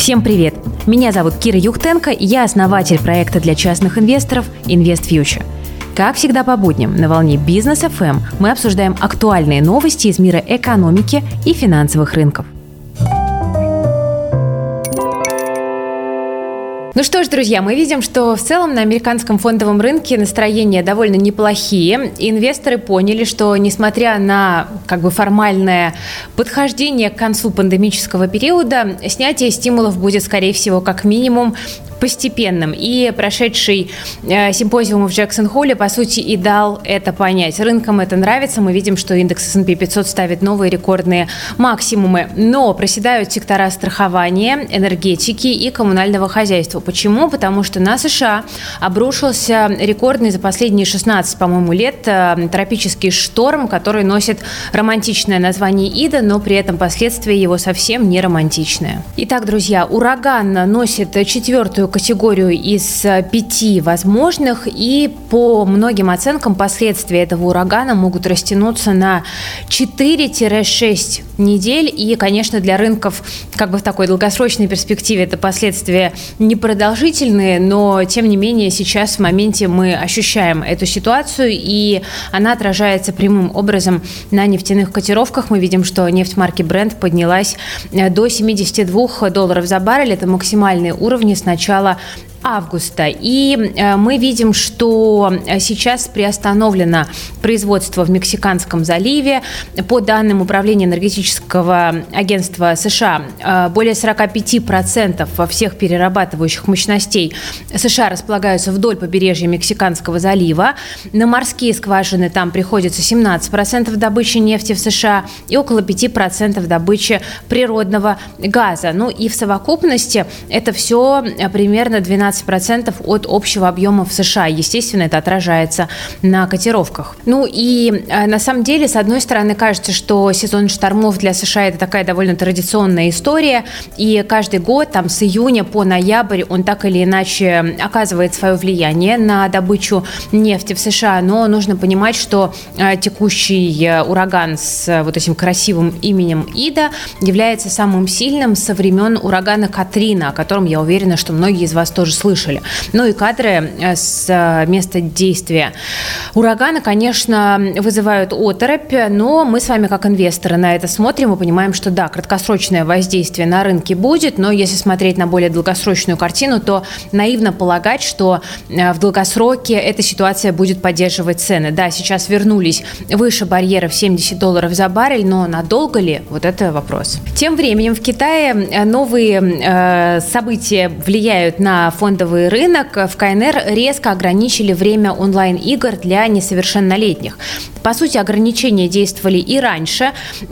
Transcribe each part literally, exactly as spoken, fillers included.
Всем привет! Меня зовут Кира Юхтенко, и я основатель проекта для частных инвесторов Invest Future. Как всегда по будням на волне Бизнес эф эм мы обсуждаем актуальные новости из мира экономики и финансовых рынков. Ну что ж, друзья, мы видим, что в целом на американском фондовом рынке настроения довольно неплохие. Инвесторы поняли, что несмотря на как бы формальное подхождение к концу пандемического периода, снятие стимулов будет, скорее всего, как минимум постепенным. И прошедший э, симпозиум в Джексон-Холле, по сути, и дал это понять. Рынкам это нравится. Мы видим, что индекс эс энд пи пятьсот ставит новые рекордные максимумы. Но проседают сектора страхования, энергетики и коммунального хозяйства. Почему? Потому что на США обрушился рекордный за последние шестнадцать, по-моему, лет э, тропический шторм, который носит романтичное название Ида, но при этом последствия его совсем не романтичные. Итак, друзья, ураган носит четвертую категорию из пяти возможных, и по многим оценкам последствия этого урагана могут растянуться на четыре-шесть недель, и, конечно, для рынков как бы в такой долгосрочной перспективе это последствия непродолжительные, но, тем не менее, сейчас в моменте мы ощущаем эту ситуацию, и она отражается прямым образом на нефтяных котировках. Мы видим, что нефть марки Brent поднялась до семидесяти двух долларов за баррель, это максимальные уровни с начала августа. И э, мы видим, что сейчас приостановлено производство в Мексиканском заливе. По данным Управления энергетического агентства США, э, более сорок пять процентов всех перерабатывающих мощностей США располагаются вдоль побережья Мексиканского залива. На морские скважины там приходится семнадцать процентов добычи нефти в США и около пять процентов добычи природного газа. Ну и в совокупности это все примерно двенадцать процентов от общего объема в США. Естественно, это отражается на котировках. Ну и э, на самом деле, с одной стороны, кажется, что сезон штормов для США это такая довольно традиционная история, и каждый год, там, с июня по ноябрь он так или иначе оказывает свое влияние на добычу нефти в США, но нужно понимать, что э, текущий э, ураган с э, вот этим красивым именем Ида является самым сильным со времен урагана Катрина, о котором, я уверена, что многие из вас тоже слышали. Ну и кадры с места действия урагана, конечно, вызывают оторопь, но мы с вами как инвесторы на это смотрим и понимаем, что да, краткосрочное воздействие на рынке будет, но если смотреть на более долгосрочную картину, то наивно полагать, что в долгосроке эта ситуация будет поддерживать цены. Да, сейчас вернулись выше барьера в семьдесят долларов за баррель, но надолго ли? Вот это вопрос. Тем временем в Китае новые э, события влияют на фондовый рынок. В ка эн эр резко ограничили время онлайн-игр для несовершеннолетних. По сути, ограничения действовали и раньше.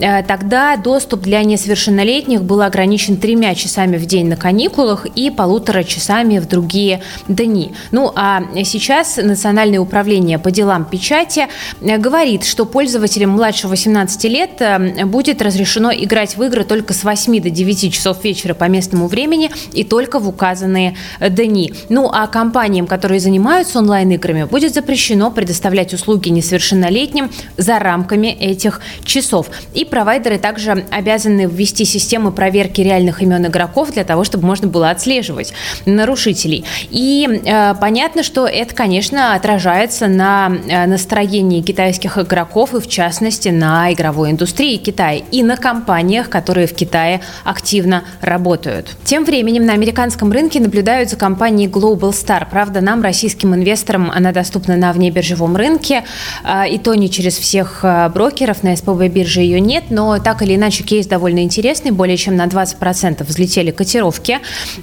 Тогда доступ для несовершеннолетних был ограничен тремя часами в день на каникулах и полутора часами в другие дни. Ну а сейчас Национальное управление по делам печати говорит, что пользователям младше восемнадцати лет будет разрешено играть в игры только с восьми до девяти часов вечера по местному времени и только в указанные дни. Ну а компаниям, которые занимаются онлайн-играми, будет запрещено предоставлять услуги несовершеннолетним за рамками этих часов. И провайдеры также обязаны ввести систему проверки реальных имен игроков для того, чтобы можно было отслеживать нарушителей. И э, понятно, что это, конечно, отражается на э, настроении китайских игроков и, в частности, на игровой индустрии Китая и на компаниях, которые в Китае активно работают. Тем временем на американском рынке наблюдают за компанией Global Star. Правда, нам, российским инвесторам, она доступна на внебиржевом рынке, э, и то не через всех брокеров, на эс пэ бэ бирже ее нет, но так или иначе кейс довольно интересный, более чем на двадцать процентов взлетели котировки,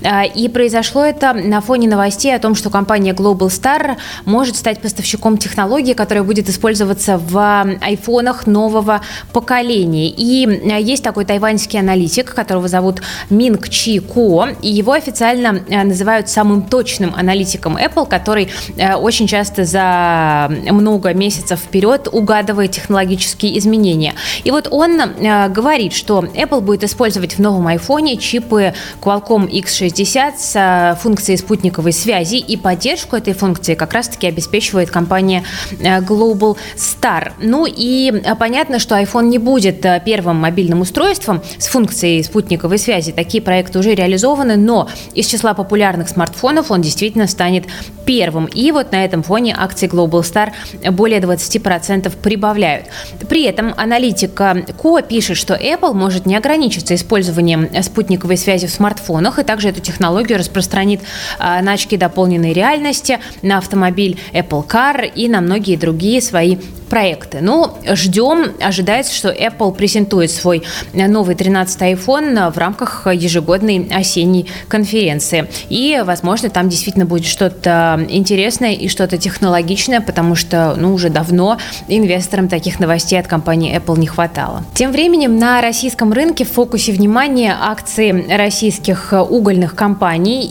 и произошло это на фоне новостей о том, что компания Global Star может стать поставщиком технологии, которая будет использоваться в айфонах нового поколения. И есть такой тайваньский аналитик, которого зовут Минг Чи Ко, и его официально называют самым точным аналитиком Apple, который очень часто за много месяцев вперед угадывает технологические изменения. И вот он говорит, что Apple будет использовать в новом iPhone чипы Qualcomm икс шестьдесят с функцией спутниковой связи, и поддержку этой функции как раз-таки обеспечивает компания Global Star. Ну и понятно, что iPhone не будет первым мобильным устройством с функцией спутниковой связи. Такие проекты уже реализованы, но из числа популярных смартфонов он действительно станет первым. И вот на этом фоне акции Global Star более двадцать процентов прибавляют. При этом аналитика Ко пишет, что Apple может не ограничиться использованием спутниковой связи в смартфонах, и также эту технологию распространит на очки дополненной реальности, на автомобиль Apple Car и на многие другие свои проекты. Ну, ждем. Ожидается, что Apple презентует свой новый тринадцатый iPhone в рамках ежегодной осенней конференции. И, возможно, там действительно будет что-то интересное и что-то технологичное, потому что, ну, уже давно инвесторам таких новостей от компании Apple не хватало. Тем временем на российском рынке в фокусе внимания акции российских угольных компаний.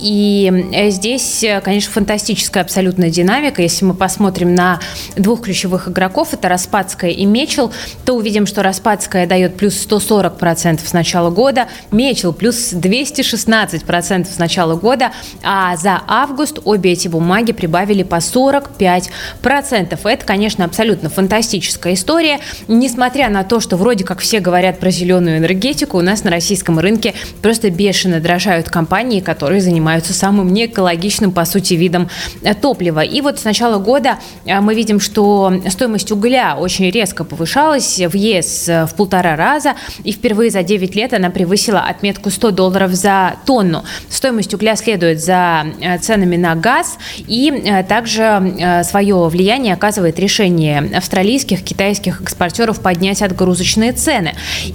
И здесь, конечно, фантастическая абсолютная динамика. Если мы посмотрим на двух ключевых игроков, это Распадская и Мечел, то увидим, что Распадская дает плюс сто сорок процентов с начала года, Мечел плюс двести шестнадцать процентов с начала года, а за август обе эти бумаги прибавили по сорок пять процентов. Это, конечно, абсолютно фантастическая история. Несмотря на то, что вроде как все говорят про зеленую энергетику, у нас на российском рынке просто бешено дорожают компании, которые занимаются самым неэкологичным, по сути, видом топлива. И вот с начала года мы видим, что стоимость угля очень резко повышалась в ЕС в полтора раза, и впервые за девять лет она превысила отметку сто долларов за тонну. Стоимость угля следует за ценами на газ, и также свое влияние оказывает решение австралийских, китайских экспортеров поднять отгрузочные цены.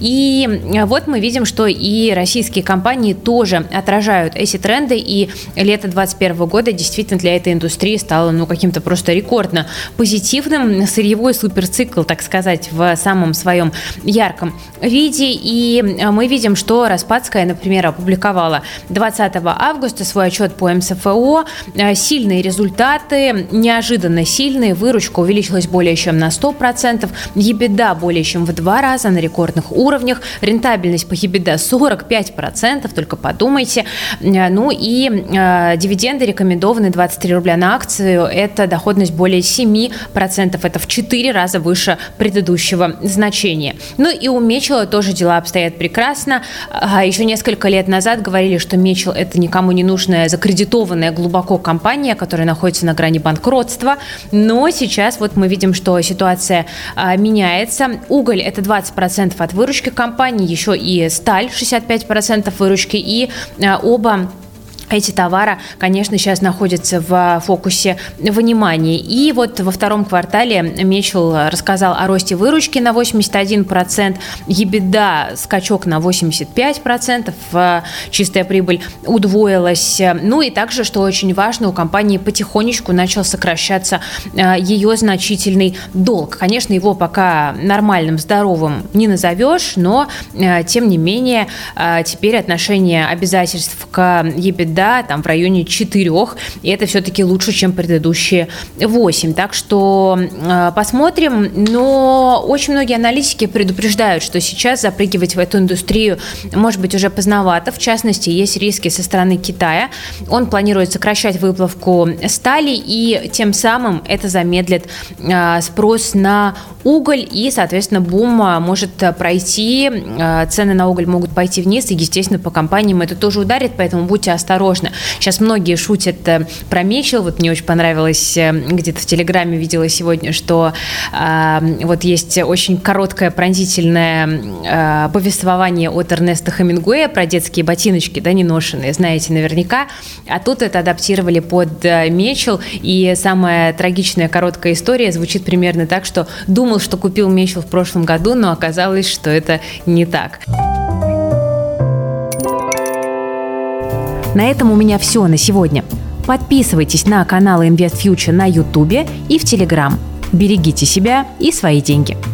И вот мы видим, что и российские компании тоже отражают эти тренды, и лето двадцать первого года действительно для этой индустрии стало ну, каким-то просто рекордно позитивным. Сырьевой суперцикл, так сказать, в самом своем ярком виде. И мы видим, что Распадская, например, опубликовала двадцатого августа свой отчет по эм эс эф о. Сильные результаты, неожиданно сильные. Выручка увеличилась более чем на сто процентов. EBITDA более чем в два раза на рекордных уровнях. Рентабельность по EBITDA сорок пять процентов, только подумайте. Ну и э, дивиденды рекомендованы двадцать три рубля на акцию. Это доходность более семь процентов. Это в четыре раза выше предыдущего значения. Ну и у Мечела тоже дела обстоят прекрасно. А еще несколько лет назад говорили, что Мечел — это никому не нужная, закредитованная глубоко компания, которая находится на грани банкротства. Но сейчас вот мы видим, что ситуация а, меняется. Уголь — это двадцать процентов от выручки компании, еще и сталь — шестьдесят пять процентов выручки, и а, оба эти товары, конечно, сейчас находятся в фокусе внимания. И вот во втором квартале Мечел рассказал о росте выручки на восемьдесят один процент, EBITDA скачок на восемьдесят пять процентов, чистая прибыль удвоилась. Ну и также, что очень важно, у компании потихонечку начал сокращаться ее значительный долг. Конечно, его пока нормальным, здоровым не назовешь, но тем не менее теперь отношение обязательств к EBITDA там в районе четырех, и это все-таки лучше, чем предыдущие восемь. Так что э, посмотрим. Но очень многие аналитики предупреждают, что сейчас запрыгивать в эту индустрию может быть уже поздновато. В частности, есть риски со стороны Китая. Он планирует сокращать выплавку стали, и тем самым это замедлит э, спрос на уголь, и, соответственно, бум может пройти, э, цены на уголь могут пойти вниз, и, естественно, по компаниям это тоже ударит, поэтому будьте осторожны. Сейчас многие шутят про Мечел. Вот мне очень понравилось, где-то в Телеграме видела сегодня, что э, вот есть очень короткое пронзительное э, повествование от Эрнеста Хемингуэя про детские ботиночки, да, неношенные, знаете наверняка. А тут это адаптировали под Мечел, и самая трагичная короткая история звучит примерно так, что думал, что купил Мечел в прошлом году, но оказалось, что это не так. На этом у меня все на сегодня. Подписывайтесь на канал InvestFuture на Ютубе и в Телеграм. Берегите себя и свои деньги.